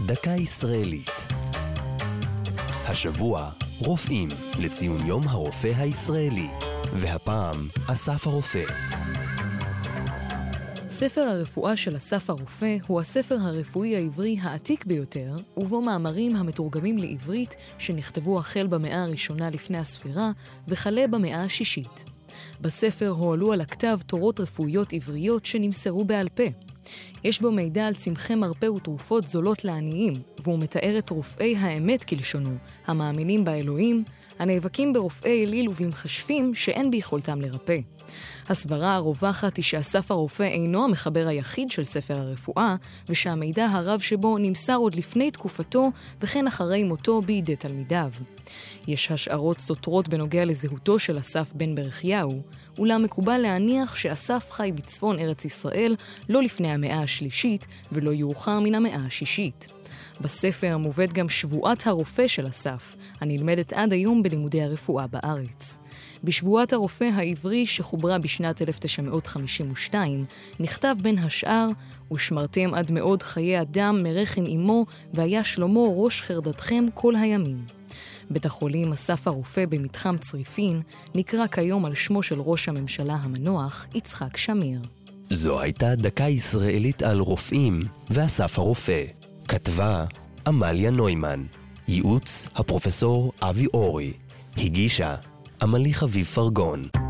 דקה ישראלית. השבוע רופאים לציון יום הרופא הישראלי, והפעם אסף הרופא. ספר הרפואה של אסף הרופא הוא הספר הרפואי העברי העתיק ביותר, ובו מאמרים המתורגמים לעברית שנכתבו החל במאה הראשונה לפני הספירה וכלה במאה השישית. בספר הועלו על הכתב תורות רפואיות עבריות שנמסרו בעל פה. יש בו מידע על צמחי מרפא ותרופות זולות לעניים, והוא מתאר את רופאי האמת כלשונו, המאמינים באלוהים, הנאבקים ברופאי אליל ובמחשבים שאין ביכולתם לרפא. הסברה הרווחת היא שאסף הרופא אינו המחבר היחיד של ספר הרפואה, ושהמידע הרב שבו נמסר עוד לפני תקופתו וכן אחרי מותו בידי תלמידיו. יש השערות סותרות בנוגע לזהותו של אסף בן ברכיהו, אולם מקובל להניח שאסף חי בצפון ארץ ישראל לא לפני המאה השלישית ולא יאוחר מן המאה השישית. בספר מובאת גם שבועת הרופא של אסף, הנלמדת עד היום בלימודי הרפואה בארץ. בשבועת הרופא העברי שחוברה בשנת 1952, נכתב בין השאר, ושמרתם עד מאוד חיי אדם מרחם אמו, והיה שלמה ראש חרדתכם כל הימים. בית החולים אסף הרופא במתחם צריפין נקרא כיום על שמו של ראש הממשלה המנוח יצחק שמיר. זו הייתה דקה ישראלית על רופאים ואסף הרופא. כתבה אמליה נוימן, ייעוץ הפרופסור אבי אורי, הגישה עמלי חביב פרגון.